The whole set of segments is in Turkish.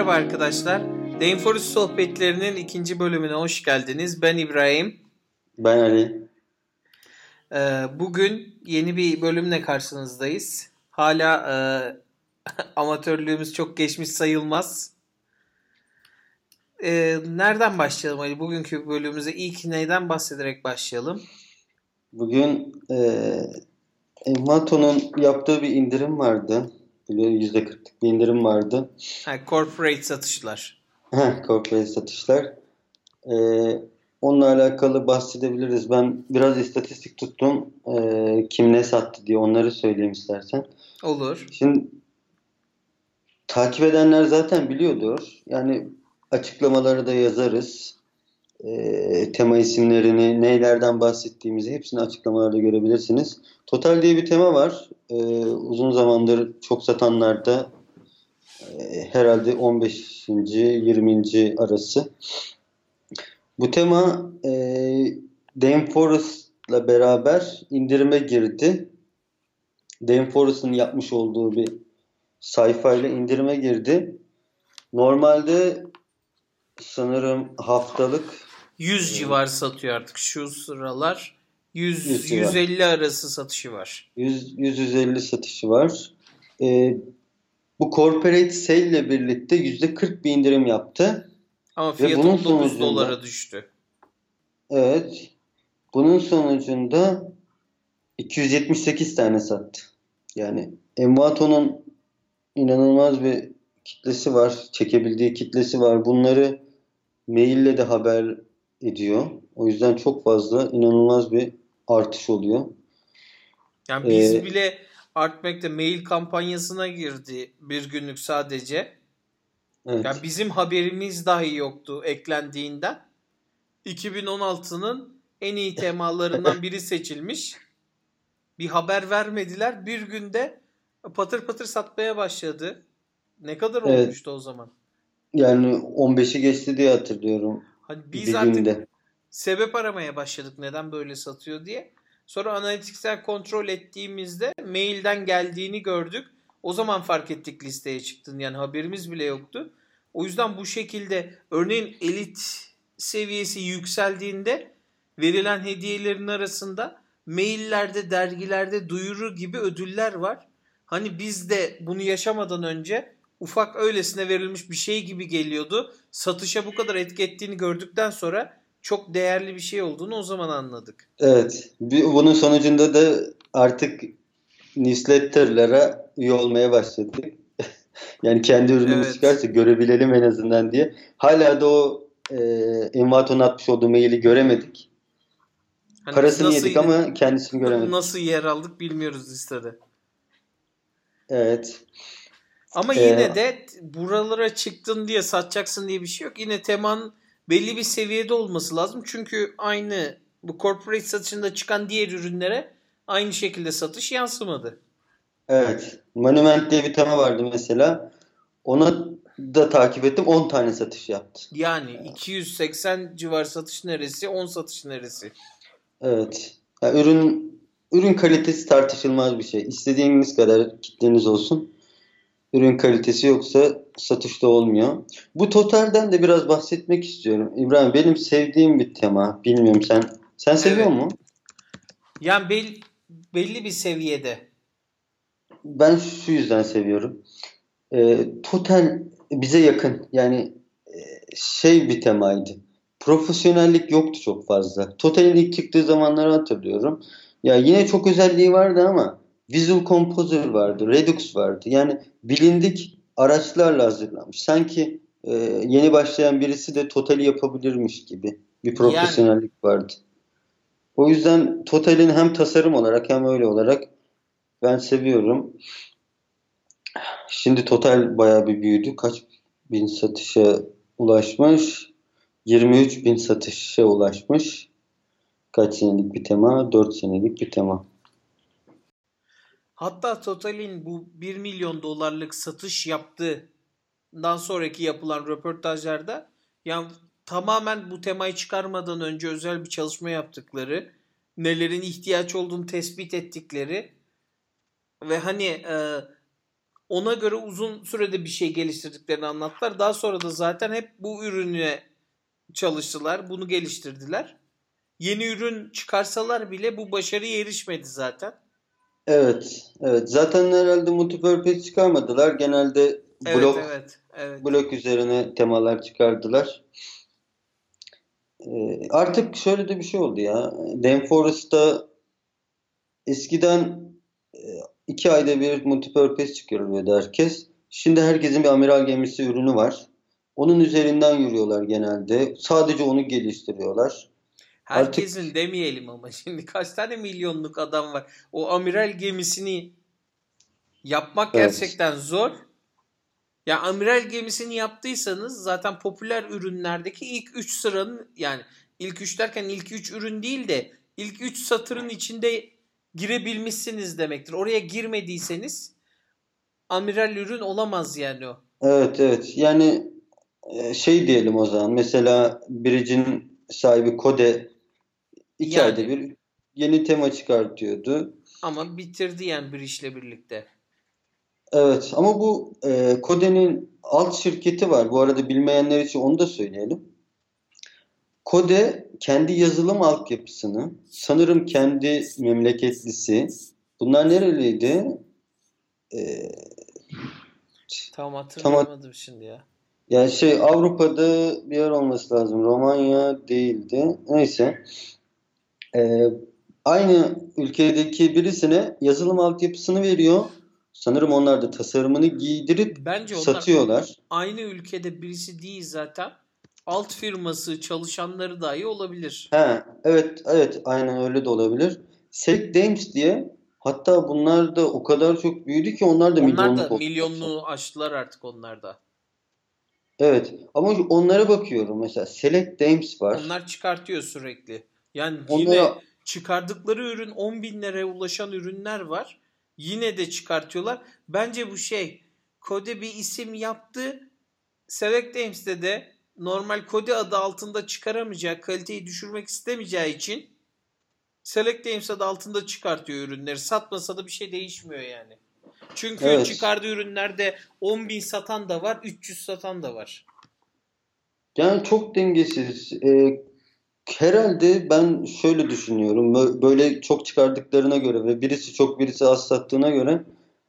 Merhaba arkadaşlar. Rainforest Sohbetlerinin ikinci bölümüne hoş geldiniz. Ben İbrahim. Ben Ali. Bugün yeni bir bölümle karşınızdayız. Hala amatörlüğümüz çok geçmiş sayılmaz. Nereden başlayalım Ali? Bugünkü bölümümüze ilk neyden bahsederek başlayalım? Bugün Envato'nun yaptığı bir indirim vardı. Böyle %40'lık bir indirim vardı. Corporate satışlar. Corporate satışlar. E, Onunla alakalı bahsedebiliriz. Ben biraz istatistik tuttum. Kim ne sattı diye onları söyleyeyim istersen. Olur. Şimdi takip edenler zaten biliyordur. Yani açıklamaları da yazarız. Tema isimlerini, neylerden bahsettiğimizi hepsini açıklamalarda görebilirsiniz. Total diye bir tema var. Uzun zamandır çok satanlarda herhalde 15. 20. arası. Bu tema Rainforest'la beraber indirime girdi. Rainforest'ın yapmış olduğu bir sayfayla indirime girdi. Normalde sanırım haftalık 100 civarı satıyor artık şu sıralar. 100 civarı. 150 arası satışı var. 100-150 satışı var. Bu Corporate Sale ile birlikte %40 bir indirim yaptı. Ama Ve fiyatı bunun 19 sonucunda, dolara düştü. evet, bunun sonucunda 278 tane sattı. Yani Envato'nun inanılmaz bir kitlesi var. Çekebildiği kitlesi var. Bunları maille de haber ediyor. O yüzden çok fazla, inanılmaz bir artış oluyor. Yani biz bile Artback'te mail kampanyasına girdi bir günlük sadece. Evet. Yani bizim haberimiz dahi yoktu eklendiğinden. 2016'nın en iyi temalarından biri seçilmiş. Bir haber vermediler. Bir günde patır patır satmaya başladı. Ne kadar Evet. olmuştu o zaman? Yani 15'i geçti diye hatırlıyorum. Hani biz Bir artık günde. sebep aramaya başladık neden böyle satıyor diye. Sonra analitiksel kontrol ettiğimizde mailden geldiğini gördük. O zaman fark ettik listeye çıktığını. Yani haberimiz bile yoktu. O yüzden bu şekilde örneğin elit seviyesi yükseldiğinde verilen hediyelerin arasında maillerde, dergilerde duyuru gibi ödüller var. Hani biz de bunu yaşamadan önce ufak öylesine verilmiş bir şey gibi geliyordu. Satışa bu kadar etki ettiğini gördükten sonra çok değerli bir şey olduğunu o zaman anladık. Evet. Bunun sonucunda da artık newsletter'lara üye olmaya başladık. Yani kendi ürünümüz Evet. çıkarsa görebilelim en azından diye. Hala da o Envato'nun atmış olduğu maili göremedik. Hani biz Parasını nasıl yedik ama kendisini göremedik. nasıl yer aldık bilmiyoruz listede. Evet. Ama E, yine de buralara çıktın diye satacaksın diye bir şey yok. Yine temanın belli bir seviyede olması lazım. Çünkü aynı bu corporate satışında çıkan diğer ürünlere aynı şekilde satış yansımadı. evet. Monument diye bir tema vardı mesela. Ona da takip ettim. 10 tane satış yaptı. Yani 280 civar satış neresi, 10 satış neresi? Evet. Ya ürün kalitesi tartışılmaz bir şey. İstediğiniz kadar kitleniz olsun. Ürün kalitesi yoksa satışta olmuyor. Bu totalden de biraz bahsetmek istiyorum. İbrahim, benim sevdiğim bir tema. Bilmiyorum sen seviyor Evet. musun? Yani belli bir seviyede. Ben şu yüzden seviyorum. Total bize yakın. Yani bir temaydı. Profesyonellik yoktu çok fazla. Total'in ilk çıktığı zamanları hatırlıyorum. Ya yine çok özelliği vardı ama Visual Composer vardı, Redux vardı. Yani bilindik araçlarla hazırlanmış. Sanki yeni başlayan birisi de Total'i yapabilirmiş gibi bir Yani profesyonellik vardı. O yüzden Total'in hem tasarım olarak hem öyle olarak ben seviyorum. Şimdi Total bayağı bir büyüdü. Kaç bin satışa ulaşmış? 23 bin satışa ulaşmış. Kaç senelik bir tema? 4 senelik bir tema. hatta Total'in bu 1 milyon dolarlık satış yaptığından sonraki yapılan röportajlarda yani tamamen bu temayı çıkarmadan önce özel bir çalışma yaptıkları, nelerin ihtiyaç olduğunu tespit ettikleri ve hani Ona göre uzun sürede bir şey geliştirdiklerini anlattılar. Daha sonra da zaten hep bu ürüne çalıştılar. Bunu geliştirdiler. Yeni ürün çıkarsalar bile bu başarıya erişmedi zaten. Evet, evet. Zaten herhalde multipurpose çıkarmadılar. Genelde Evet, evet, evet. blok üzerine temalar çıkardılar. Artık şöyle de bir şey oldu ya. Danfores'ta eskiden e, 2 ayda bir multipurpose çıkarılıyordu herkes. Şimdi herkesin bir amiral gemisi ürünü var. Onun üzerinden yürüyorlar genelde. Sadece onu geliştiriyorlar. Artık Herkesin demeyelim ama şimdi kaç tane milyonluk adam var. O amiral gemisini yapmak evet, gerçekten zor. Ya amiral gemisini yaptıysanız zaten popüler ürünlerdeki ilk 3 sıranın, yani ilk 3 derken ilk 3 ürün değil de ilk 3 satırın içinde girebilmişsiniz demektir. Oraya girmediyseniz amiral ürün olamaz yani o. evet, evet. Yani şey diyelim o zaman. Mesela Bridge'in sahibi Kode 2 ayda Yani bir yeni tema çıkartıyordu. ama bitirdi yani bir işle birlikte. Evet ama bu Kode'nin alt şirketi var. Bu arada bilmeyenler için onu da söyleyelim. Kode kendi yazılım altyapısını, sanırım kendi memleketlisi. Bunlar nereliydi? E, Tam tam hatırlayamadım şimdi ya. yani şey Avrupa'da bir yer olması lazım. Romanya değildi. Neyse. E, Aynı ülkedeki birisine yazılım altyapısını veriyor. Sanırım onlar da tasarımını giydirip Bence onlar satıyorlar. aynı ülkede birisi değil zaten. Alt firması çalışanları dahi olabilir. He, evet, evet, aynen öyle de olabilir. Select Games diye, hatta bunlar da o kadar çok büyüdü ki onlar da Onlar da milyonluk oldular sonra. milyonluğu aştılar artık onlar da. Evet ama onlara bakıyorum, mesela Select Games var. Onlar çıkartıyor sürekli. Yani yine Onlara çıkardıkları ürün 10 bin liraya ulaşan ürünler var. Yine de çıkartıyorlar. Bence bu şey, Kode bir isim yaptı. Select Games'te de normal Kode adı altında çıkaramayacağı, kaliteyi düşürmek istemeyeceği için Select Games adı altında çıkartıyor ürünleri. Satmasa da bir şey değişmiyor yani. Çünkü evet, çıkardığı ürünlerde 10 bin satan da var, 300 satan da var. yani çok dengesiz. Herhalde ben şöyle düşünüyorum, böyle çok çıkardıklarına göre ve birisi çok birisi az sattığına göre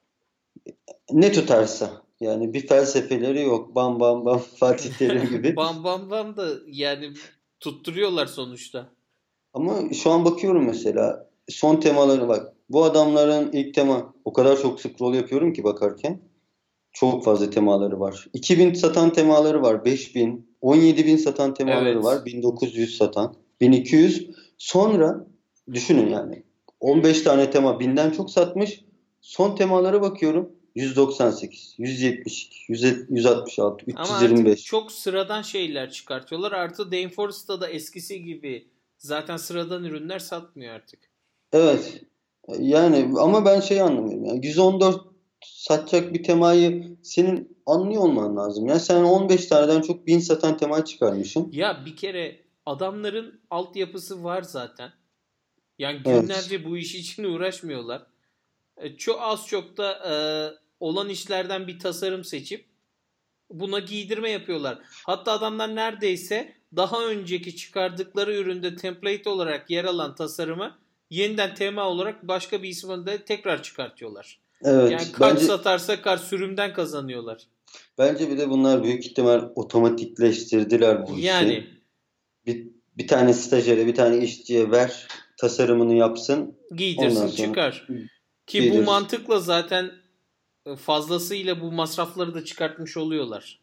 ne tutarsa, yani bir felsefeleri yok, bam bam bam Fatih Terim gibi. Bam bam bam da yani tutturuyorlar sonuçta. Ama şu an bakıyorum mesela son temaları bak. Bu adamların ilk tema, o kadar çok scroll yapıyorum ki bakarken. Çok fazla temaları var. 2000 satan temaları var. 5000, 17.000 satan temaları Evet. var. 1900 satan, 1200. Sonra düşünün yani 15 tane tema 1000'den çok satmış. Son temalara bakıyorum. 198, 172, 166, Ama artık 325. çok sıradan şeyler çıkartıyorlar. Artı Danfores'ta da eskisi gibi zaten sıradan ürünler satmıyor artık. Evet. Yani ama ben şey anlamıyorum. Yani 114 satacak bir temayı senin anlıyor olman lazım. Yani sen 15 taneden çok 1000 satan tema çıkarmışsın. Ya bir kere adamların altyapısı var zaten. Yani Evet. günlerce bu iş için uğraşmıyorlar. Çok az çok da olan işlerden bir tasarım seçip buna giydirme yapıyorlar. Hatta adamlar neredeyse daha önceki çıkardıkları üründe template olarak yer alan tasarımı yeniden tema olarak başka bir isimde tekrar çıkartıyorlar. Yani Evet. kart Bence satarsa kart sürümden kazanıyorlar. bence bir de bunlar büyük ihtimal otomatikleştirdiler bu işi. Yani Bir, bir tane stajyere, bir tane işçiye ver, tasarımını yapsın. Ondan giydirsin sonra çıkar. Ki bu gelir. mantıkla zaten fazlasıyla bu masrafları da çıkartmış oluyorlar.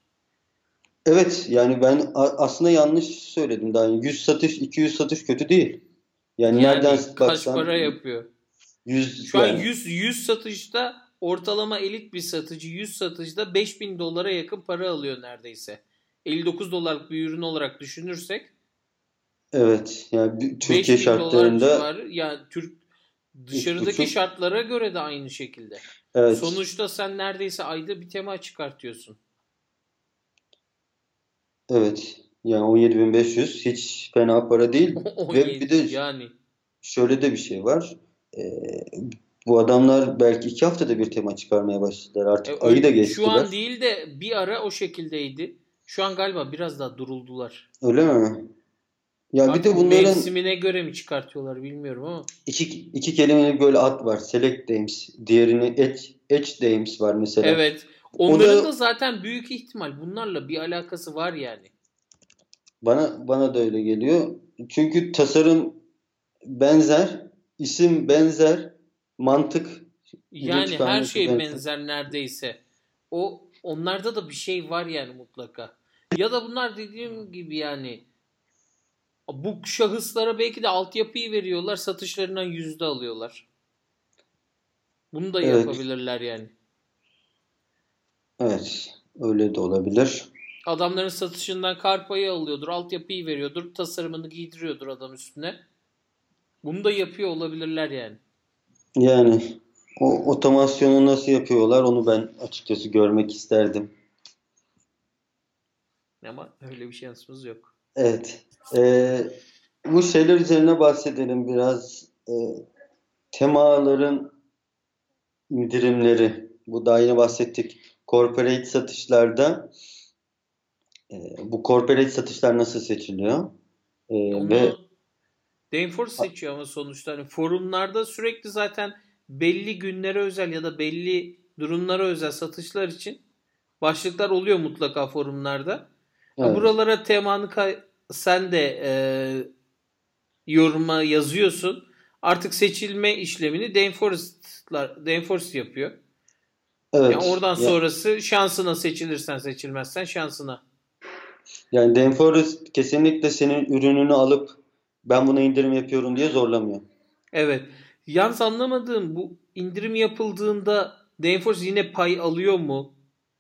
Evet, yani ben aslında yanlış söyledim daha. 100 satış, 200 satış kötü değil. Yani nereden Yani kaç baksan para yapıyor? 100 Şu an yani. 100 satışta ortalama elit bir satıcı 100 satışta 5000 dolara yakın para alıyor neredeyse. 59 dolarlık bir ürün olarak düşünürsek Evet, yani Türkiye 5000 dolar şartlarında civarı, yani üç dışarıdaki buçuk. şartlara göre de aynı şekilde. Evet, Sonuçta sen neredeyse ayda bir tema çıkartıyorsun. evet. Yani 17.500 hiç fena para değil ve bir 17 de yani. şöyle de bir şey var. Ee, Bu adamlar belki 2 haftada bir tema çıkarmaya başladılar. Artık ayı da Şu an geçtiler. değil de bir ara o şekildeydi. Şu an galiba biraz daha duruldular. Öyle mi? Ya bir Artık de bunların mevsimine göre mi çıkartıyorlar bilmiyorum ama. iki kelimelik böyle ad var. Select Dames. Diğerini Edge Dames var mesela. Evet. O Onların da da zaten büyük ihtimal bunlarla bir alakası var yani. bana da öyle geliyor. Çünkü tasarım benzer, isim benzer, mantık Yani yürütük her anlayışı şey benzer. benzer neredeyse. Onlarda da bir şey var yani mutlaka. Ya da bunlar dediğim gibi yani bu şahıslara belki de altyapıyı veriyorlar, satışlarından yüzde alıyorlar. Bunu da Evet, yapabilirler yani. evet. Öyle de olabilir. Adamların satışından kar payı alıyordur, altyapıyı veriyordur, tasarımını giydiriyordur adam üstüne. Bunu da yapıyor olabilirler yani. Yani o otomasyonu nasıl yapıyorlar onu ben açıkçası görmek isterdim. Ama öyle bir şansımız yok. Evet. Bu şeyler üzerine bahsedelim biraz. Temaların indirimleri. Bu daha yeni bahsettik. Corporate satışlarda bu corporate satışlar nasıl seçiliyor? Ve Onu Danforth seçiyor ama sonuçta hani forumlarda sürekli zaten belli günlere özel ya da belli durumlara özel satışlar için başlıklar oluyor mutlaka forumlarda. evet, Buralara temanı sen de yoruma yazıyorsun. Artık seçilme işlemini Danforth yapıyor. Yani evet. oradan sonrası şansına, seçilirsen seçilmezsen şansına. Yani Danforos kesinlikle senin ürününü alıp ben buna indirim yapıyorum diye zorlamıyor. Evet. Yalnız anlamadığım bu indirim yapıldığında Danforth yine pay alıyor mu?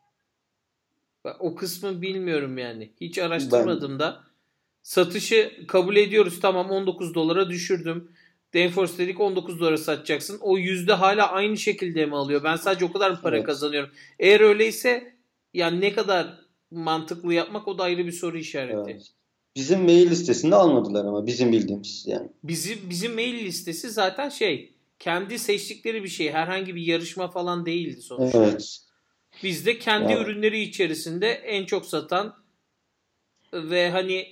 O kısmı bilmiyorum yani. Hiç Ben araştırmadım da. Satışı kabul ediyoruz. Tamam 19 dolara düşürdüm. Danfoss dedik 19 dolara satacaksın. O yüzde hala aynı şekilde mi alıyor? Ben sadece o kadar mı para evet, kazanıyorum? Eğer öyleyse yani ne kadar mantıklı yapmak o da ayrı bir soru işareti. evet. Bizim mail listesinde almadılar ama bizim bildiğimiz yani. Bizim mail listesi zaten kendi seçtikleri bir şey. Herhangi bir yarışma falan değildi sonuçta. Evet. Bizde kendi Ya ürünleri içerisinde en çok satan ve hani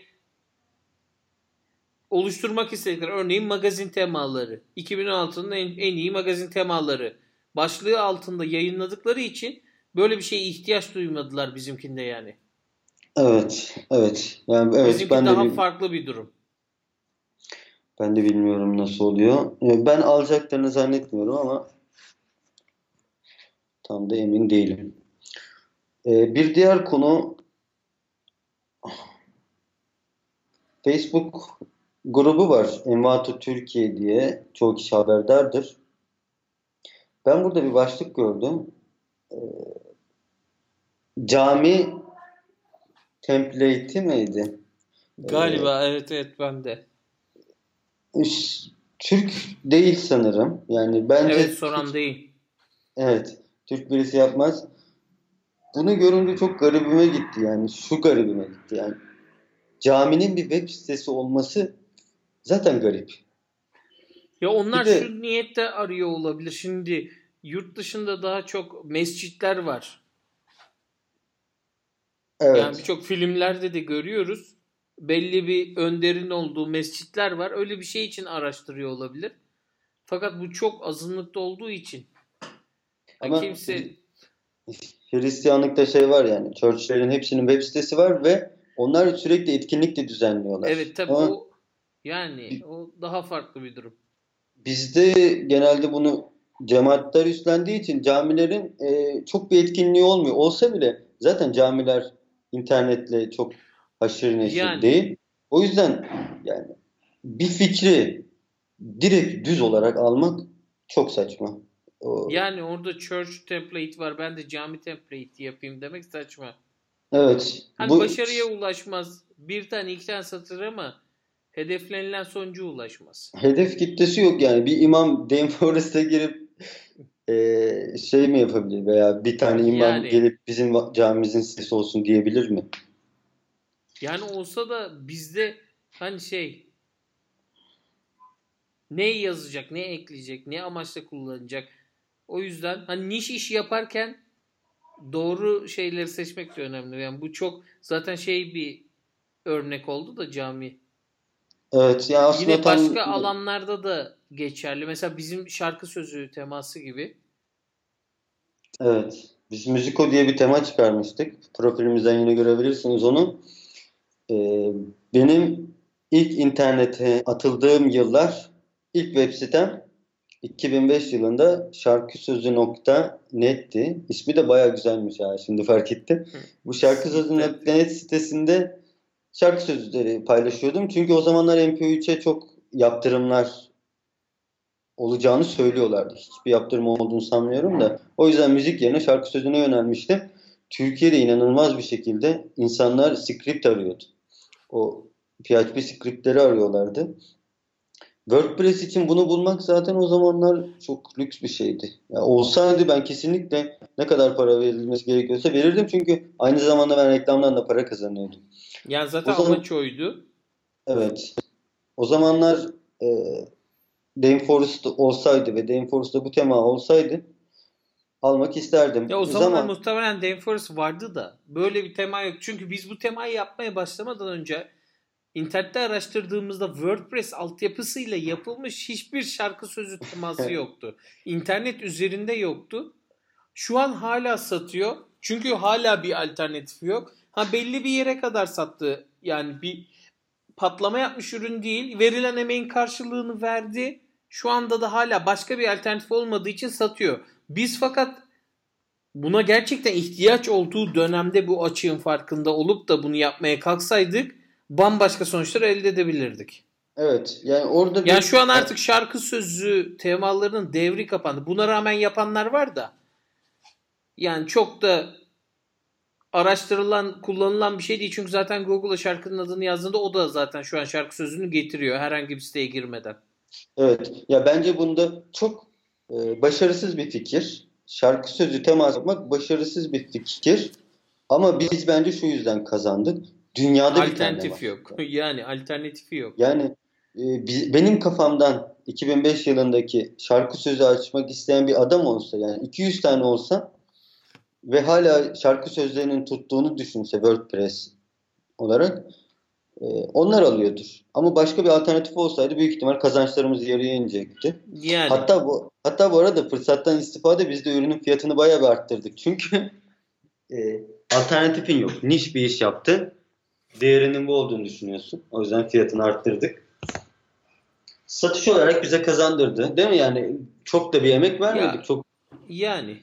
oluşturmak istedikleri örneğin magazin temaları 2016'nın en iyi magazin temaları başlığı altında yayınladıkları için böyle bir şeye ihtiyaç duymadılar bizimkinde yani. evet, evet. Yani evet Bizimki daha farklı bir durum. ben de bilmiyorum nasıl oluyor. Ben alacaklarını zannetmiyorum ama tam da emin değilim. Bir diğer konu Facebook grubu var. Envato Türkiye diye. Çoğu kişi haberdardır. Ben burada bir başlık gördüm. Cami template'i miydi? Ee, Galiba evet evet ben de. Türk değil sanırım. Yani Evet bence soran hiç değil. evet Türk birisi yapmaz. Bunu görünce çok garibime gitti yani. Şu garibime gitti yani. Caminin bir web sitesi olması zaten garip. Ya Bir onlar de şu niyette arıyor olabilir. Şimdi yurt dışında daha çok mescitler var. Yani evet, birçok filmlerde de görüyoruz. Belli bir önderin olduğu mescitler var. Öyle bir şey için araştırıyor olabilir. Fakat bu çok azınlıkta olduğu için ya ama kimse Hristiyanlıkta şey var yani. Church'lerin hepsinin web sitesi var ve onlar sürekli etkinlik de düzenliyorlar. evet tabii Ama o yani o daha farklı bir durum. bizde genelde bunu cemaatler üstlendiği için camilerin çok bir etkinliği olmuyor. Olsa bile zaten camiler internetle çok haşır neşir Yani değil. O yüzden yani bir fikri direkt düz olarak almak çok saçma. yani orada church template var. Ben de cami template yapayım demek saçma. Evet, Hani başarıya ulaşmaz. Bir tane iki tane satır ama hedeflenilen sonuca ulaşmaz. hedef kitlesi yok yani. Bir imam Forest'e girip şey mi yapabilir veya bir tane imam Yani gelip bizim camimizin sesi olsun diyebilir mi? yani olsa da bizde hani Ne yazacak, ne ekleyecek, ne amaçla kullanacak. O yüzden hani niş iş yaparken doğru şeyleri seçmek de önemli. Yani bu çok zaten bir örnek oldu da cami. Evet, yani aslında Yine tam başka alanlarda da geçerli. Mesela bizim şarkı sözü teması gibi. evet. Biz Müziko diye bir tema çıkarmıştık. Profilimizden yine görebilirsiniz onu. Ee, Benim ilk internete atıldığım yıllar, ilk web sitem 2005 yılında şarkısözü.net'ti. İsmi de bayağı güzelmiş ha, şimdi fark ettim. Hı. Bu Snippet. şarkısözü.net sitesinde şarkı sözleri paylaşıyordum. Çünkü o zamanlar MP3'e çok yaptırımlar olacağını söylüyorlardı. Hiçbir yaptırım olduğunu sanmıyorum da. O yüzden müzik yerine şarkı sözüne yönelmiştim. Türkiye'de inanılmaz bir şekilde insanlar script arıyordu. O PHP scriptleri arıyorlardı. WordPress için bunu bulmak zaten o zamanlar çok lüks bir şeydi. Ya olsaydı ben kesinlikle ne kadar para verilmesi gerekiyorsa verirdim, çünkü aynı zamanda ben reklamdan da para kazanıyordum. Yani O zaten zaman amaç oydu. evet. O zamanlar e, Dameforest olsaydı ve Dameforest'ta bu tema olsaydı almak isterdim. Ya o zamanlar Zaman muhtemelen Danforth vardı da böyle bir tema yok. Çünkü biz bu temayı yapmaya başlamadan önce internette araştırdığımızda WordPress altyapısıyla yapılmış hiçbir şarkı sözü teması yoktu. İnternet üzerinde yoktu. Şu an hala satıyor. Çünkü hala bir alternatifi yok. Ha belli bir yere kadar sattı. Yani bir patlama yapmış ürün değil. Verilen emeğin karşılığını verdi. Şu anda da hala başka bir alternatif olmadığı için satıyor. Biz fakat buna gerçekten ihtiyaç olduğu dönemde bu açığın farkında olup da bunu yapmaya kalksaydık bambaşka sonuçlar elde edebilirdik. evet, yani orada Yani bir şu an artık şarkı sözü temalarının devri kapandı. Buna rağmen yapanlar var da yani çok da araştırılan, kullanılan bir şey değil. Çünkü zaten Google'a şarkının adını yazdığında o da zaten şu an şarkı sözünü getiriyor herhangi bir siteye girmeden. evet, ya bence bunda çok başarısız bir fikir. Şarkı sözü temas yapmak başarısız bir fikir. Ama biz bence şu yüzden kazandık. Dünyada bir tane Alternatif var. yok. Yani alternatifi yok. Yani benim kafamdan 2005 yılındaki şarkı sözü açmak isteyen bir adam olsa, yani 200 tane olsa ve hala şarkı sözlerinin tuttuğunu düşünse WordPress olarak, onlar alıyordur. Ama başka bir alternatif olsaydı büyük ihtimal kazançlarımız yarıya inecekti. Yani Hatta bu arada fırsattan istifade biz de ürünün fiyatını bayağı bir arttırdık. Çünkü alternatifin yok. Niş bir iş yaptı. Değerinin bu olduğunu düşünüyorsun. O yüzden fiyatını arttırdık. Satış olarak bize kazandırdı. Değil mi? Yani çok da bir emek vermedik. ya Çok, yani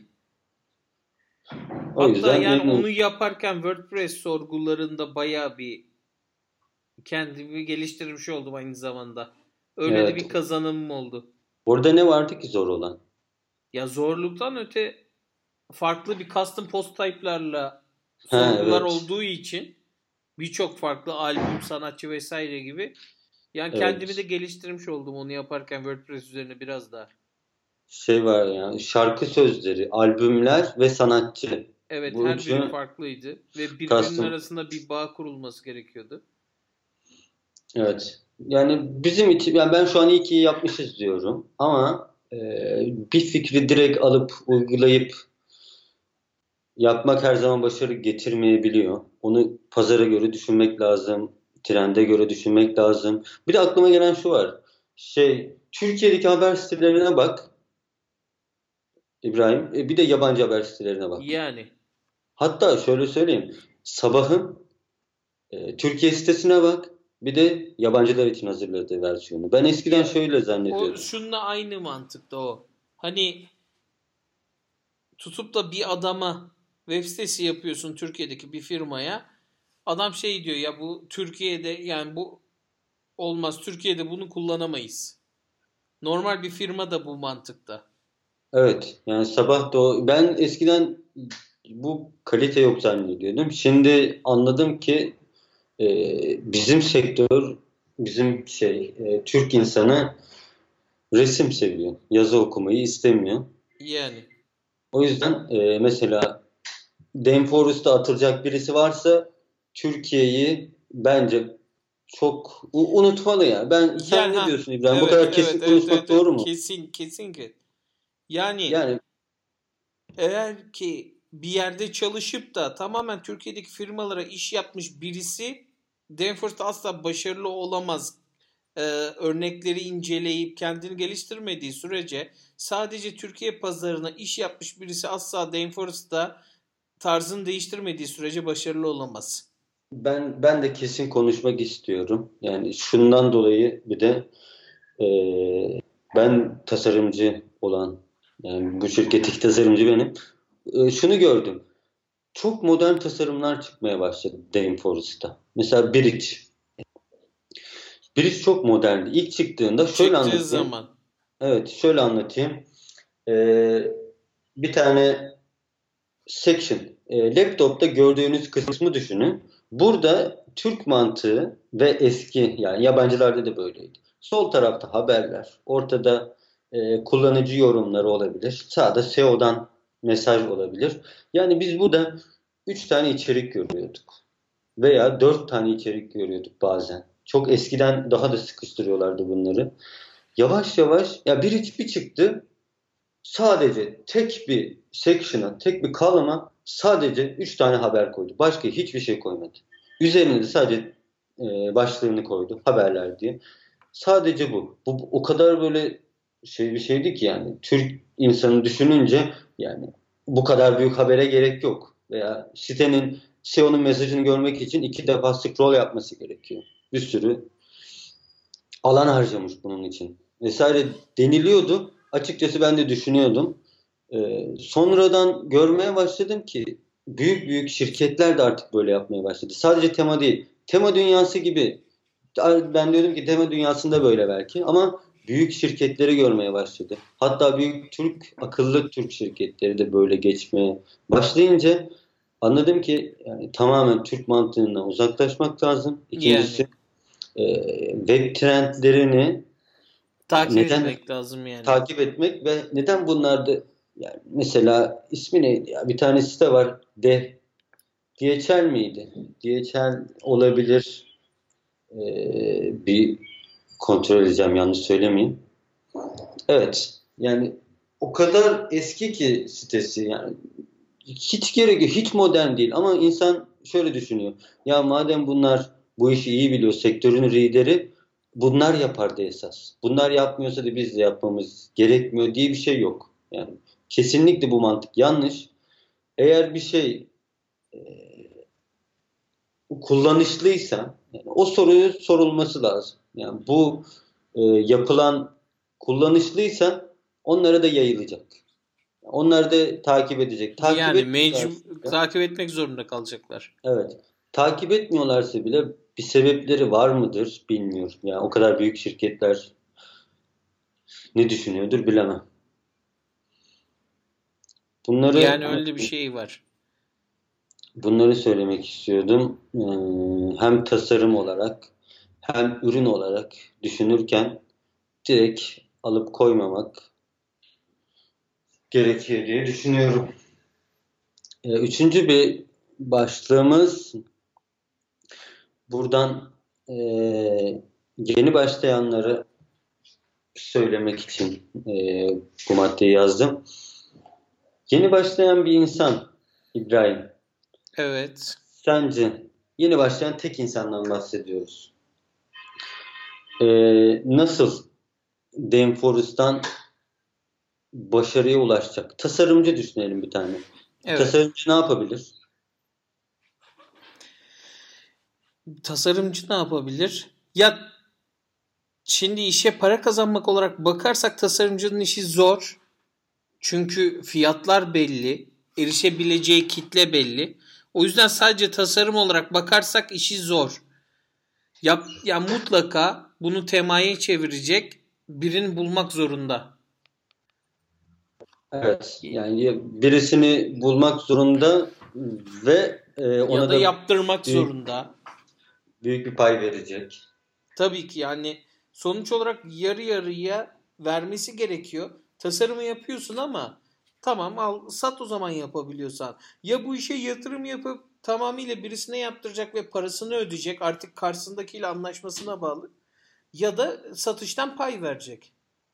o hatta yüzden yani memnunum. onu yaparken WordPress sorgularında bayağı bir kendimi geliştirmiş oldum aynı zamanda. Öyle de Evet. bir kazanımım oldu. Orada ne vardı ki zor olan? Ya zorluktan öte farklı bir custom post type'larla Ha, sorgular evet. olduğu için birçok farklı albüm, sanatçı vesaire gibi yani kendimi de Evet. geliştirmiş oldum onu yaparken WordPress üzerine biraz daha. Şey var ya, şarkı sözleri, albümler ve sanatçı. Evet Bu her biri üçü farklıydı ve birbirinin custom. arasında bir bağ kurulması gerekiyordu. Evet. Yani bizim için, yani ben şu an iyi ki yapmışız diyorum. Ama bir fikri direkt alıp uygulayıp yapmak her zaman başarı getirmeyebiliyor. Onu pazara göre düşünmek lazım. Trende göre düşünmek lazım. Bir de aklıma gelen şu var. Türkiye'deki haber sitelerine bak İbrahim. Bir de yabancı haber sitelerine bak. Yani Hatta şöyle söyleyeyim. Sabahın Türkiye sitesine bak. Bir de yabancılar için hazırladığı versiyonu. Ben eskiden ya şöyle o zannediyordum. şununla aynı mantıkta o. Hani tutup da bir adama web sitesi yapıyorsun Türkiye'deki bir firmaya. Adam diyor ya bu Türkiye'de yani bu olmaz. Türkiye'de bunu kullanamayız. Normal bir firma da bu mantıkta. Evet. Yani sabah da ben eskiden bu kalite yok zannediyordum. Şimdi anladım ki bizim sektör, bizim Türk insanı resim seviyor. Yazı okumayı istemiyor. Yani O yüzden mesela Danfores'ta atılacak birisi varsa Türkiye'yi bence çok unutmalı ya. Sen Yani ne ha diyorsun İbrahim? Bu evet kadar evet kesin evet evet konuşmak evet doğru mu? kesin ki. Yani Yani eğer ki bir yerde çalışıp da tamamen Türkiye'deki firmalara iş yapmış birisi Danfors'ta asla başarılı olamaz. Örnekleri inceleyip kendini geliştirmediği sürece sadece Türkiye pazarına iş yapmış birisi asla Danfors'ta tarzını değiştirmediği sürece başarılı olamaz. ben de kesin konuşmak istiyorum. Yani şundan dolayı bir de ben tasarımcı olan, yani bu şirketteki tasarımcı benim. Şunu gördüm. Çok modern tasarımlar çıkmaya başladı Danfors'ta. Mesela Bridge. Bridge çok moderndi. İlk çıktığında şöyle Çıktığı anlatayım. zaman. Evet, şöyle anlatayım. Ee, bir tane section, laptopta gördüğünüz kısmı düşünün. Burada Türk mantığı ve eski, yani yabancılarda da böyleydi. Sol tarafta haberler, ortada kullanıcı yorumları olabilir. Sağda SEO'dan mesaj olabilir. Yani biz burada 3 tane içerik görüyorduk. Veya 4 tane içerik görüyorduk bazen. Çok eskiden daha da sıkıştırıyorlardı bunları. Yavaş yavaş ya bir çıktı. Sadece tek bir section'a, tek bir column'a sadece 3 tane haber koydu. Başka hiçbir şey koymadı. Üzerine de sadece başlığını koydu. Haberler diye. Sadece bu. Bu o kadar böyle bir şeydi ki yani. Türk insanı düşününce yani bu kadar büyük habere gerek yok. Veya sitenin SEO'nun mesajını görmek için 2 defa scroll yapması gerekiyor. Bir sürü alan harcamış bunun için. Vesaire deniliyordu. Açıkçası ben de düşünüyordum. Sonradan görmeye başladım ki büyük büyük şirketler de artık böyle yapmaya başladı. Sadece tema değil. Tema dünyası gibi. Ben diyordum ki tema dünyasında böyle belki ama büyük şirketleri görmeye başladı. Hatta büyük akıllı Türk şirketleri de böyle geçmeye başlayınca anladım ki yani tamamen Türk mantığından uzaklaşmak lazım. İkincisi Yani web trendlerini takip neden etmek lazım yani. takip etmek ve neden bunlar da yani mesela ismi neydi ya? Bir tane site var. DHL miydi? DHL olabilir. Bir kontrol edeceğim yanlış söylemeyeyim. Evet. Yani o kadar eski ki sitesi yani hiç gerek yok. Hiç modern değil ama insan şöyle düşünüyor. Ya madem bunlar bu işi iyi biliyor, sektörün lideri bunlar yapardı esas. Bunlar yapmıyorsa da biz de yapmamız gerekmiyor diye bir şey yok. Yani kesinlikle bu mantık yanlış. Eğer bir şey e, kullanışlıysa yani o soruyu sorulması lazım. Yani bu yapılan kullanışlıysa onlara da yayılacak. Onlar da takip edecek. Takip Yani etmiyorlarsa mecbur takip etmek zorunda kalacaklar. evet. Takip etmiyorlarsa bile bir sebepleri var mıdır bilmiyorum. Yani o kadar büyük şirketler ne düşünüyordur bilemem. Bunları Yani öyle bir şey var. bunları söylemek istiyordum. Hem tasarım olarak hem ürün olarak düşünürken direkt alıp koymamak gerekiyor diye düşünüyorum. Üçüncü bir başlığımız buradan yeni başlayanları söylemek için bu maddeyi yazdım. Yeni başlayan bir insan İbrahim. Evet. Sence yeni başlayan tek insandan bahsediyoruz. Nasıl Danfors'tan başarıya ulaşacak? Tasarımcı düşünelim bir tane. Evet. Tasarımcı ne yapabilir? Tasarımcı ne yapabilir? Ya şimdi işe para kazanmak olarak bakarsak tasarımcının işi zor. Çünkü fiyatlar belli, erişebileceği kitle belli. O yüzden sadece tasarım olarak bakarsak işi zor. Ya mutlaka bunu temaya çevirecek birini bulmak zorunda. Evet. Yani birisini bulmak zorunda ve Ya ona da da yaptırmak büyük zorunda. büyük bir pay verecek. Tabii ki yani sonuç olarak yarı yarıya vermesi gerekiyor. Tasarımı yapıyorsun ama tamam al sat o zaman yapabiliyorsan. Ya bu işe yatırım yapıp tamamıyla birisine yaptıracak ve parasını ödeyecek. Artık karşısındakiyle anlaşmasına bağlı. Ya da satıştan pay verecek.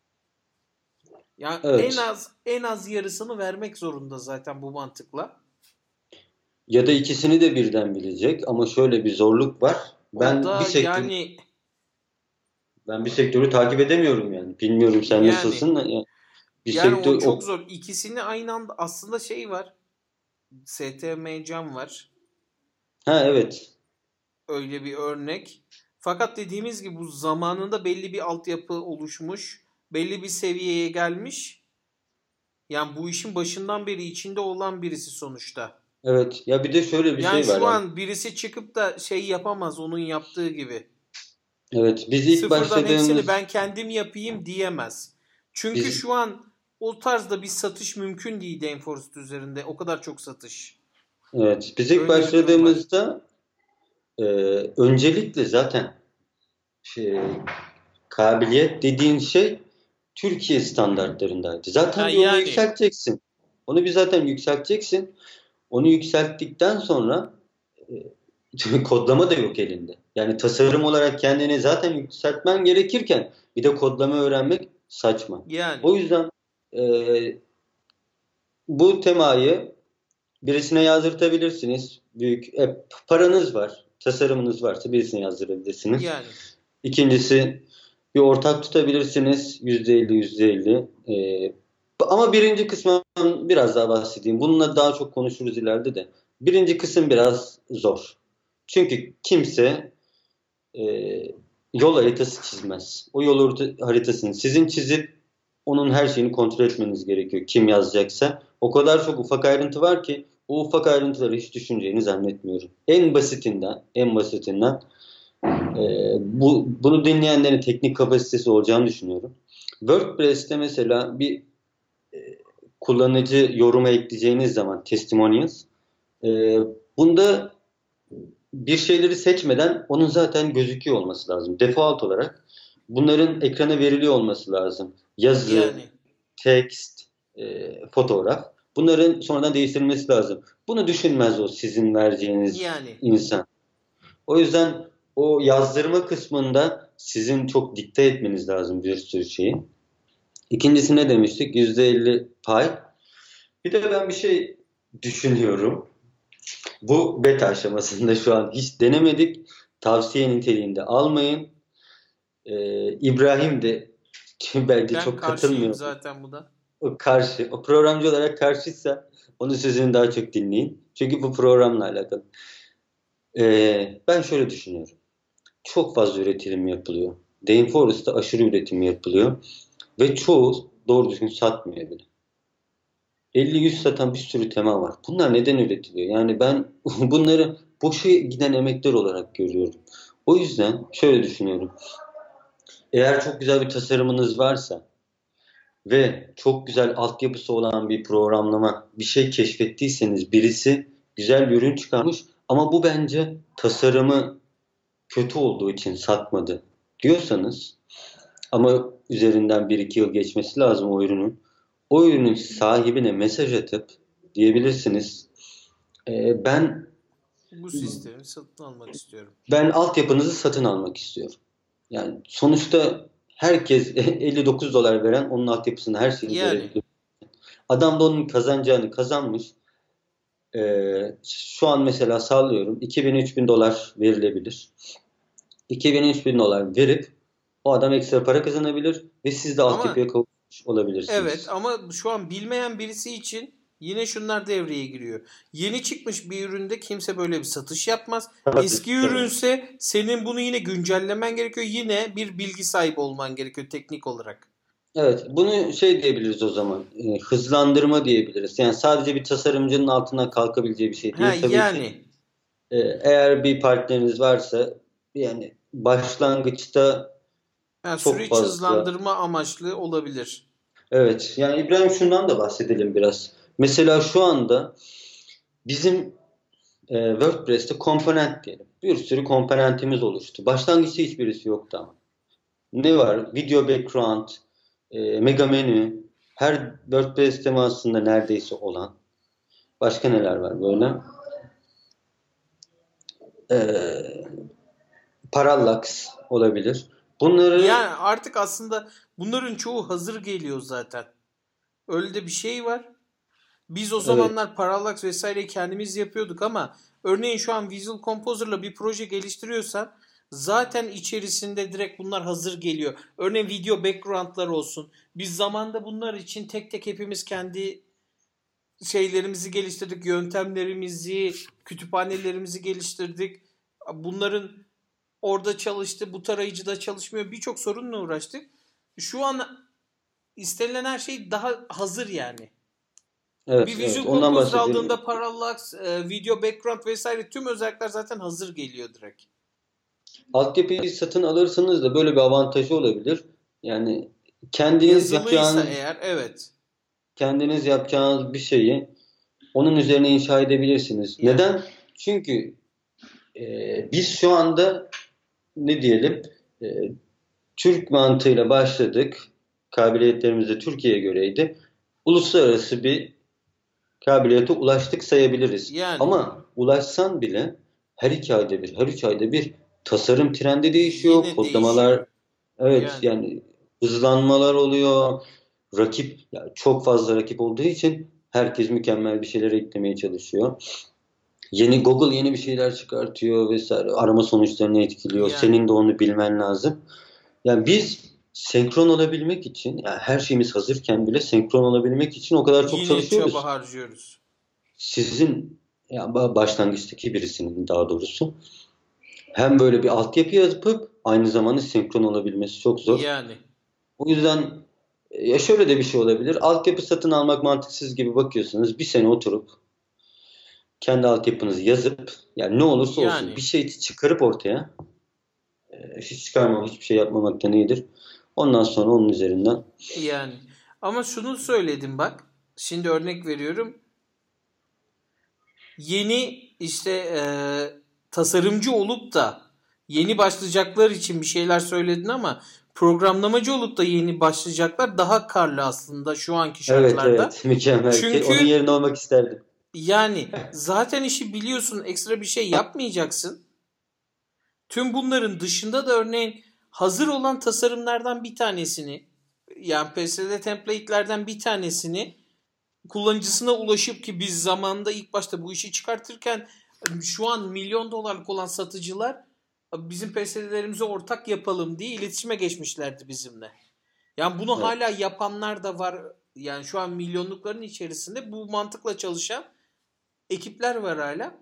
Yani Evet. en az yarısını vermek zorunda zaten bu mantıkla. Ya da ikisini de birden bilecek ama şöyle bir zorluk var. O da yani Ben bir sektörü takip edemiyorum yani. Bilmiyorum sen yani nasılsın? Yani bir yani o sektör çok zor. İkisini aynı anda aslında şey var. STM Cam var. ha evet. Öyle bir örnek. Fakat dediğimiz gibi bu zamanında belli bir altyapı oluşmuş. Belli bir seviyeye gelmiş. Yani bu işin başından beri içinde olan birisi sonuçta. Evet. Ya bir de şöyle bir Yani şey var şu yani. an birisi çıkıp da şey yapamaz onun yaptığı gibi. Evet. Biz ilk Sıfırdan hepsini başladığımız ben kendim yapayım diyemez. Çünkü biz şu an o tarzda bir satış mümkün değil Daneforest üzerinde. O kadar çok satış. evet. Biz ilk Öyle bir durum var. başladığımızda e, öncelikle zaten şey, kabiliyet dediğin şey Türkiye standartlarındaydı. Ha Zaten bir onu yani yükselteceksin. Onu bir zaten yükselteceksin. Onu yükselttikten sonra kodlama da yok elinde. Yani tasarım olarak kendini zaten yükseltmen gerekirken bir de kodlama öğrenmek saçma. yani O yüzden e, bu temayı birisine yazdırtabilirsiniz. Paranız var, tasarımınız varsa birisine yazdırabilirsiniz. yani İkincisi bir ortak tutabilirsiniz. %50 %50. Ama birinci kısmından biraz daha bahsedeyim. Bununla daha çok konuşuruz ileride de. Birinci kısım biraz zor. Çünkü kimse e, yol haritası çizmez. O yol haritasını sizin çizip onun her şeyini kontrol etmeniz gerekiyor. Kim yazacaksa. O kadar çok ufak ayrıntı var ki o ufak ayrıntıları hiç düşüneceğini zannetmiyorum. En basitinden bunu dinleyenlerin teknik kapasitesi olacağını düşünüyorum. WordPress'te mesela bir kullanıcı yorumu ekleyeceğiniz zaman testimonials bunda bir şeyleri seçmeden onun zaten gözüküyor olması lazım. Default olarak bunların ekrana veriliyor olması lazım. Yazı, yani text, fotoğraf. Bunların sonradan değiştirilmesi lazım. Bunu düşünmez o sizin vereceğiniz yani insan. O yüzden o yazdırma kısmında sizin çok dikte etmeniz lazım bir sürü şeyi. İkincisi ne demiştik? %50 pay. Bir de ben bir şey düşünüyorum. Bu beta aşamasında şu an hiç denemedik. Tavsiye niteliğinde almayın. İbrahim de bence ben çok karşıyım katılmıyor. zaten bu da. O programcı olarak karşıysa onun sözünü daha çok dinleyin. Çünkü bu programla alakalı. Ben şöyle düşünüyorum. Çok fazla üretim yapılıyor. Rainforest'ta aşırı üretim yapılıyor. Ve çoğu doğru düzgün satmıyor bile. 50-100 satan bir sürü tema var. Bunlar neden üretiliyor? Yani ben bunları boşa giden emekler olarak görüyorum. O yüzden şöyle düşünüyorum. Eğer çok güzel bir tasarımınız varsa ve çok güzel altyapısı olan bir programlama, bir şey keşfettiyseniz birisi güzel bir ürün çıkarmış ama bu bence tasarımı kötü olduğu için satmadı diyorsanız ama üzerinden 1-2 yıl geçmesi lazım o ürünün. O ürünün sahibine mesaj atıp diyebilirsiniz ben Bu sistemi satın almak istiyorum. ben altyapınızı satın almak istiyorum. Yani sonuçta herkes 59 dolar veren onun altyapısını her şeyini Yani görebiliyor. Adam da onun kazanacağını kazanmış. Şu an mesela sallıyorum 2000-3000 dolar verilebilir. 2000-3000 dolar verip o adam ekstra para kazanabilir ve siz de ama altyapıya kavuşmuş evet olabilirsiniz. ama şu an bilmeyen birisi için yine şunlar devreye giriyor. Yeni çıkmış bir üründe kimse böyle bir satış yapmaz. Tabii, Eski tabii. ürünse senin bunu yine güncellemen gerekiyor. Yine bir bilgi sahibi olman gerekiyor teknik olarak. Evet, bunu şey diyebiliriz o zaman. Hızlandırma diyebiliriz. Yani sadece bir tasarımcının altından kalkabileceği bir şey Ha değil. Tabii ki yani eğer bir partneriniz varsa yani başlangıçta çok süreç fazla. hızlandırma amaçlı olabilir. Evet, yani İbrahim şundan da bahsedelim biraz. Mesela şu anda bizim WordPress'te komponent diyelim. Bir sürü komponentimiz oluştu. Başlangıçta hiçbirisi yoktu ama. Ne var? Video background, mega menü, her WordPress temasında neredeyse olan. Başka neler var böyle? Parallax olabilir. Bunları Yani artık aslında bunların çoğu hazır geliyor zaten. Öyle de bir şey var. Biz o evet, zamanlar Parallax vesaireyi kendimiz yapıyorduk ama örneğin şu an Visual Composer'la bir proje geliştiriyorsan zaten içerisinde direkt bunlar hazır geliyor. Örneğin video background'lar olsun. Biz zamanda bunlar için tek tek hepimiz kendi şeylerimizi geliştirdik, yöntemlerimizi, kütüphanelerimizi geliştirdik. Bunların orada çalıştı, bu tarayıcıda çalışmıyor. Birçok sorunla uğraştık. Şu an istenilen her şey daha hazır yani. Bir evet, Visual ondan Composer bahsediyorum. aldığında Parallax, video background vesaire tüm özellikler zaten hazır geliyor direkt. Altyapıyı satın alırsanız da böyle bir avantajı olabilir. Yani kendiniz Yazılıysa yapacağınız eğer evet. kendiniz yapacağınız bir şeyi onun üzerine inşa edebilirsiniz. Yani Neden? Çünkü biz şu anda ne diyelim e, Türk mantığıyla başladık. Kabiliyetlerimiz de Türkiye'ye göreydi. Uluslararası bir kabiliyete ulaştık sayabiliriz. yani Ama ulaşsan bile her 2 ayda bir, her 3 ayda bir tasarım trendi değişiyor. yine değişiyor. Kodlamalar, evet Yani yani hızlanmalar oluyor. Rakip yani çok fazla rakip olduğu için herkes mükemmel bir şeyler eklemeye çalışıyor. Google yeni bir şeyler çıkartıyor vesaire. Arama sonuçlarını etkiliyor. yani Senin de onu bilmen lazım. Yani biz senkron olabilmek için, yani her şeyimiz hazırken bile senkron olabilmek için o kadar çok yine çaba çalışıyoruz. harcıyoruz. Sizin yani başlangıçtaki birisinin daha doğrusu hem böyle bir altyapı yapıp aynı zamanda senkron olabilmesi çok zor. Yani O yüzden ya şöyle de bir şey olabilir. Altyapı satın almak mantıksız gibi bakıyorsunuz. Bir sene oturup kendi altyapınızı yazıp yani ne olursa olsun bir yani şey çıkarıp ortaya hiç çıkarmamak, hiçbir şey yapmamaktan iyidir. Ondan sonra onun üzerinden. yani ama şunu söyledim bak. Şimdi örnek veriyorum. Yeni işte tasarımcı olup da yeni başlayacaklar için bir şeyler söyledin ama programlamacı olup da yeni başlayacaklar daha karlı aslında şu anki Evet, şartlarda. evet, mükemmel ki. Onun Çünkü yerine olmak isterdim. yani zaten işi biliyorsun, ekstra bir şey yapmayacaksın. Tüm bunların dışında da örneğin hazır olan tasarımlardan bir tanesini, yani PSD template'lerden bir tanesini kullanıcısına ulaşıp, ki biz zamanında ilk başta bu işi çıkartırken şu an milyon dolarlık olan satıcılar bizim PSD'lerimizi ortak yapalım diye iletişime geçmişlerdi bizimle. Yani bunu Evet, hala yapanlar da var. Yani şu an milyonlukların içerisinde bu mantıkla çalışan ekipler var hala.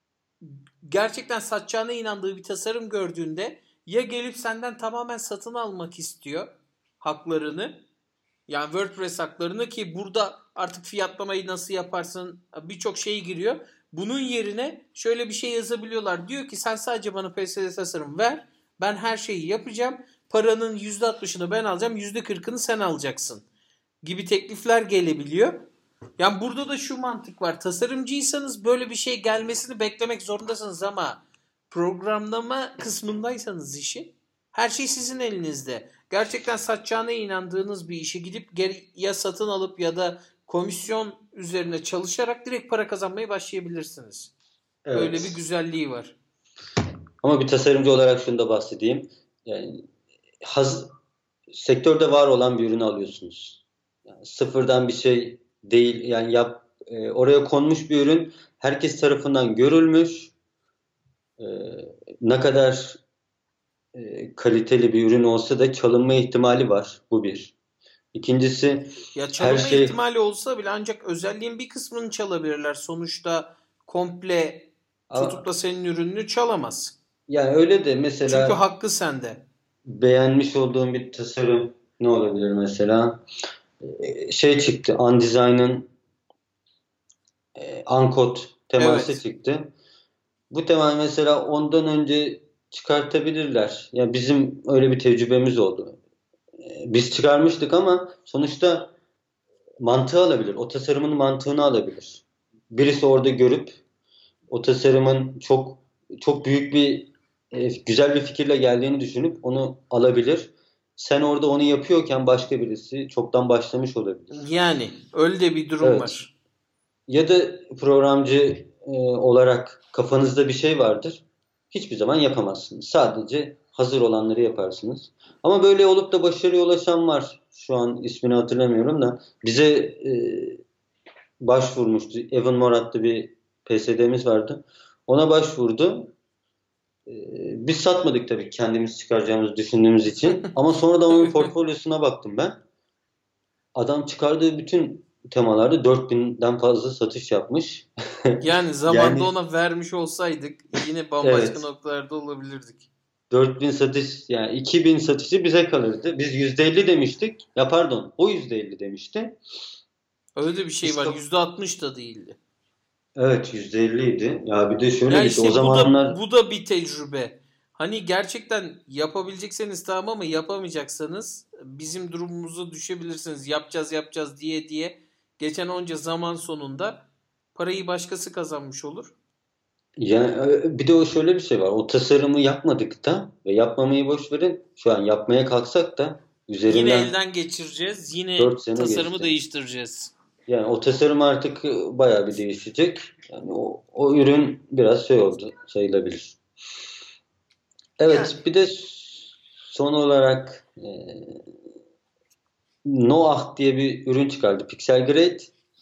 Gerçekten satacağına inandığı bir tasarım gördüğünde ya gelip senden tamamen satın almak istiyor haklarını. Yani WordPress haklarını, ki burada artık fiyatlamayı nasıl yaparsın birçok şey giriyor. Bunun yerine şöyle bir şey yazabiliyorlar. Diyor ki sen sadece bana PSD tasarım ver. Ben her şeyi yapacağım. Paranın %60'ını ben alacağım. %40'ını sen alacaksın gibi teklifler gelebiliyor. Yani burada da şu mantık var. Tasarımcıysanız böyle bir şey gelmesini beklemek zorundasınız ama programlama kısmındaysanız işi, her şey sizin elinizde. Gerçekten satacağına inandığınız bir işi gidip ya satın alıp ya da komisyon üzerine çalışarak direkt para kazanmaya başlayabilirsiniz. Öyle bir evet. güzelliği var. Ama bir tasarımcı olarak şunu da bahsedeyim. Yani haz, sektörde var olan bir ürünü alıyorsunuz. Yani sıfırdan bir şey değil. Yani oraya konmuş bir ürün herkes tarafından görülmüş. E, ne kadar kaliteli bir ürün olsa da çalınma ihtimali var. Bu bir. İkincisi Ya her çalınma şey ihtimali olsa bile ancak özelliğin bir kısmını çalabilirler. Sonuçta komple tutup da senin ürününü çalamaz. yani öyle de Çünkü mesela hakkı sende. beğenmiş olduğum bir tasarım ne olabilir mesela? Şey çıktı. Undesign'ın Uncode teması Evet. çıktı. Bu tema mesela ondan önce çıkartabilirler. Ya bizim öyle bir tecrübemiz oldu. Biz çıkarmıştık ama sonuçta mantığı alabilir. O tasarımın mantığını alabilir. Birisi orada görüp o tasarımın çok çok büyük bir güzel bir fikirle geldiğini düşünüp onu alabilir. Sen orada onu yapıyorken başka birisi çoktan başlamış olabilir. Yani öyle de bir durum Evet. var. Ya da programcı olarak kafanızda bir şey vardır. hiçbir zaman yapamazsınız. Sadece hazır olanları yaparsınız. Ama böyle olup da başarıya ulaşan var. Şu an ismini hatırlamıyorum da bize başvurmuştu. Evan Moore adlı bir PSD'miz vardı. Ona başvurdu. Biz satmadık tabii kendimiz çıkaracağımızı düşündüğümüz için. Ama sonra da onun portfolyosuna baktım ben. Adam çıkardığı bütün temalarda 4000'den fazla satış yapmış. Yani zamanda Yani ona vermiş olsaydık yine bambaşka evet. noktalarda olabilirdik. 4000 satış yani 2000 satışı bize kalırdı. Biz %50 demiştik. Ya pardon, o %50 demişti. Öyle de bir şey var. İşte %60 da değildi. evet, %50 idi. Ya bir de şöyle Ya bir şey. O işte bu da zamanlar bu da bir tecrübe. Hani gerçekten yapabilecekseniz tamam ama yapamayacaksanız bizim durumumuza düşebilirsiniz. Yapacağız diye geçen onca zaman sonunda parayı başkası kazanmış olur. yani bir de o şöyle bir şey var. O tasarımı yapmadık da ve yapmamayı boş verin. Şu an yapmaya kalksak da Yine üzerinden elden geçireceğiz. Yine 4 sene tasarımı geçti. değiştireceğiz. Yani o tasarım artık bayağı bir değişecek. Yani o ürün biraz şey oldu sayılabilir. Evet, Yani bir de son olarak Noah diye bir ürün çıkardı. Pixel Grade.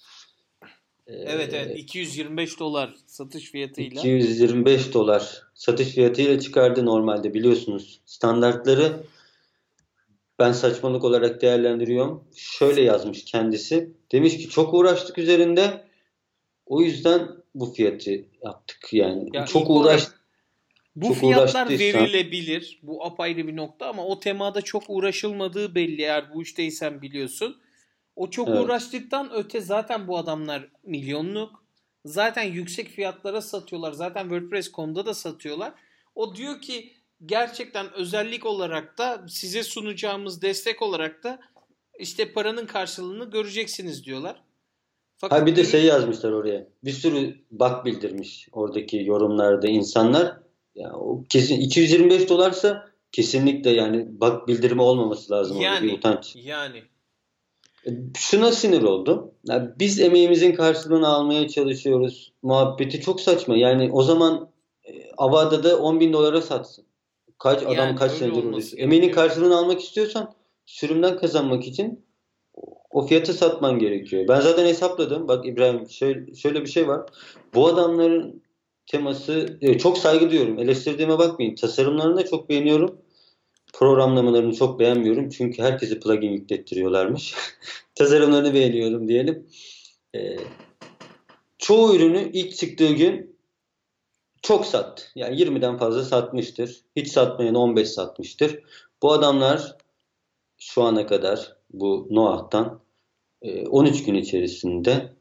evet, E, 225 dolar satış fiyatıyla. 225 dolar satış fiyatıyla çıkardı normalde, biliyorsunuz. Standartları ben saçmalık olarak değerlendiriyorum. Şöyle yazmış kendisi. Demiş ki çok uğraştık üzerinde. O yüzden bu fiyatı yaptık. Yani Ya ilk olarak bu çok fiyatlar uğraştıysan verilebilir. Bu apayrı bir nokta ama o temada çok uğraşılmadığı belli eğer bu işteysen biliyorsun. O çok evet. uğraştıktan öte zaten bu adamlar milyonluk. Zaten yüksek fiyatlara satıyorlar. Zaten WordPress.com'da da satıyorlar. O diyor ki gerçekten özellik olarak da size sunacağımız destek olarak da işte paranın karşılığını göreceksiniz diyorlar. Ha Fakat bir de şey yazmışlar oraya. Bir sürü bug bildirmiş oradaki yorumlarda insanlar. Ya o kesin 225 dolarsa kesinlikle yani bug bildirimi olmaması lazım, orada bir yani utanç. yani Şuna sinir oldum. Ya biz emeğimizin karşılığını almaya çalışıyoruz. Muhabbeti çok saçma. Yani o zaman Avada da 10 bin dolara satsın. Kaç adam yani kaç öyle senedir olması uğraşıyor. Emeğinin gerekiyor. karşılığını almak istiyorsan sürümden kazanmak için o fiyatı satman gerekiyor. Ben zaten hesapladım. Bak İbrahim, şöyle bir şey var. Bu adamların teması çok saygı duyuyorum. Eleştirdiğime bakmayın. Tasarımlarını da çok beğeniyorum. Programlamalarını çok beğenmiyorum. Çünkü herkese plugin yüklettiriyorlarmış. Tasarımlarını beğeniyorum diyelim. E, Çoğu ürünü ilk çıktığı gün çok sattı. Yani 20'den fazla satmıştır. Hiç satmayan 15 satmıştır. Bu adamlar şu ana kadar bu Noah'tan 13 gün içerisinde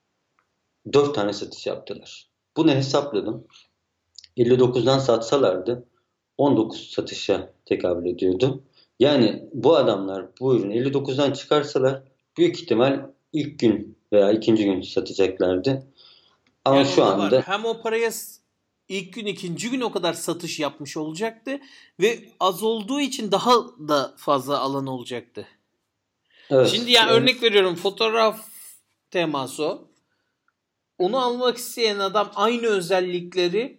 4 tane satış yaptılar. Bunu hesapladım. 59'dan satsalardı 19 satışa tekabül ediyordu. Yani bu adamlar bu ürünü 59'dan çıkarsalar büyük ihtimal ilk gün veya ikinci gün satacaklardı. Ama Yani şu o da var. anda Hem o paraya ilk gün ikinci gün o kadar satış yapmış olacaktı ve az olduğu için daha da fazla alan olacaktı. Şimdi evet ya yani örnek veriyorum fotoğraf teması o. Onu almak isteyen adam aynı özellikleri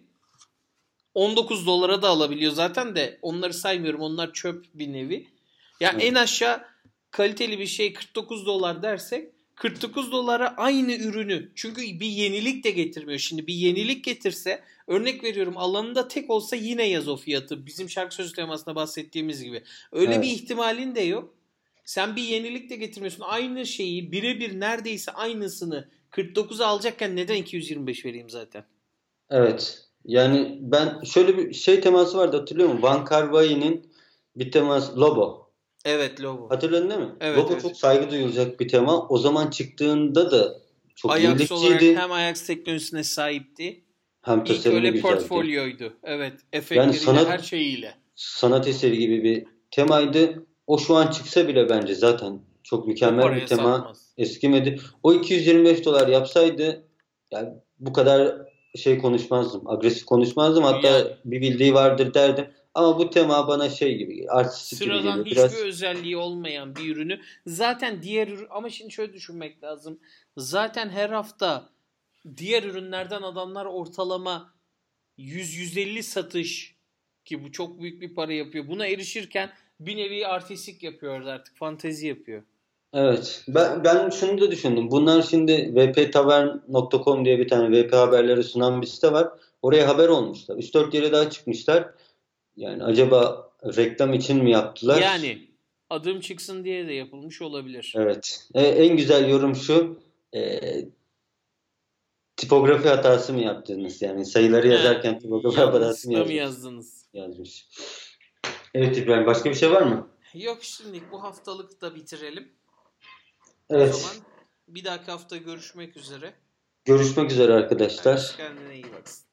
19 dolara da alabiliyor zaten de onları saymıyorum. Onlar çöp bir nevi. Ya en evet. aşağı kaliteli bir şey 49 dolar dersek 49 dolara aynı ürünü çünkü bir yenilik de getirmiyor. Şimdi bir yenilik getirse örnek veriyorum alanında tek olsa yine yaz o fiyatı. Bizim şarkı sözü temasında bahsettiğimiz gibi. Öyle bir Evet. ihtimalin de yok. Sen bir yenilik de getirmiyorsun. Aynı şeyi birebir neredeyse aynısını 49'a alacakken neden 225 vereyim zaten? Evet. Yani ben şöyle bir şey teması vardı, hatırlıyor musun? Van Carvajal'in bir teması Lobo. Evet logo. Hatırladın değil mi? Evet Lobo evet. çok saygı duyulacak bir tema. O zaman çıktığında da çok Ajax olarak yenilikçiydi. hem Ajax teknolojisine sahipti. Hem İlk tasarımı öyle güzeldi. portfolyoydu. Evet. Yani Efektleriyle her sanat şeyiyle. sanat eseri gibi bir temaydı. O şu an çıksa bile bence zaten çok O mükemmel bir paraya tema, satmaz. eskimedi. O 225 dolar yapsaydı yani bu kadar şey konuşmazdım. Agresif konuşmazdım. Hatta Yani bir bildiği vardır derdim. Ama bu tema bana şey gibi, artistik gibi sıradan geliyor. hiçbir Biraz özelliği olmayan bir ürünü zaten diğer ürün ama şimdi şöyle düşünmek lazım. Zaten her hafta diğer ürünlerden adamlar ortalama 100-150 satış, ki bu çok büyük bir para yapıyor. Buna erişirken bir nevi artistik yapıyoruz artık. Fantezi yapıyor. Evet. Ben şunu da düşündüm. Bunlar şimdi vptavern.com diye bir tane VP haberleri sunan bir site var. Oraya haber olmuşlar. 3-4 yere daha çıkmışlar. Yani acaba reklam için mi yaptılar? Yani adım çıksın diye de yapılmış olabilir. Evet. En güzel yorum şu. E, Tipografi hatası mı yaptınız? Yani sayıları yazarken tipografi hatası mı Yanlışlıkla mı yazmış? yazdınız? Yazmış. Evet İbrahim. Başka bir şey var mı? Yok, şimdilik bu haftalık da bitirelim. O Evet. zaman bir dahaki hafta görüşmek üzere. Görüşmek üzere Herkes arkadaşlar. kendine iyi baksın.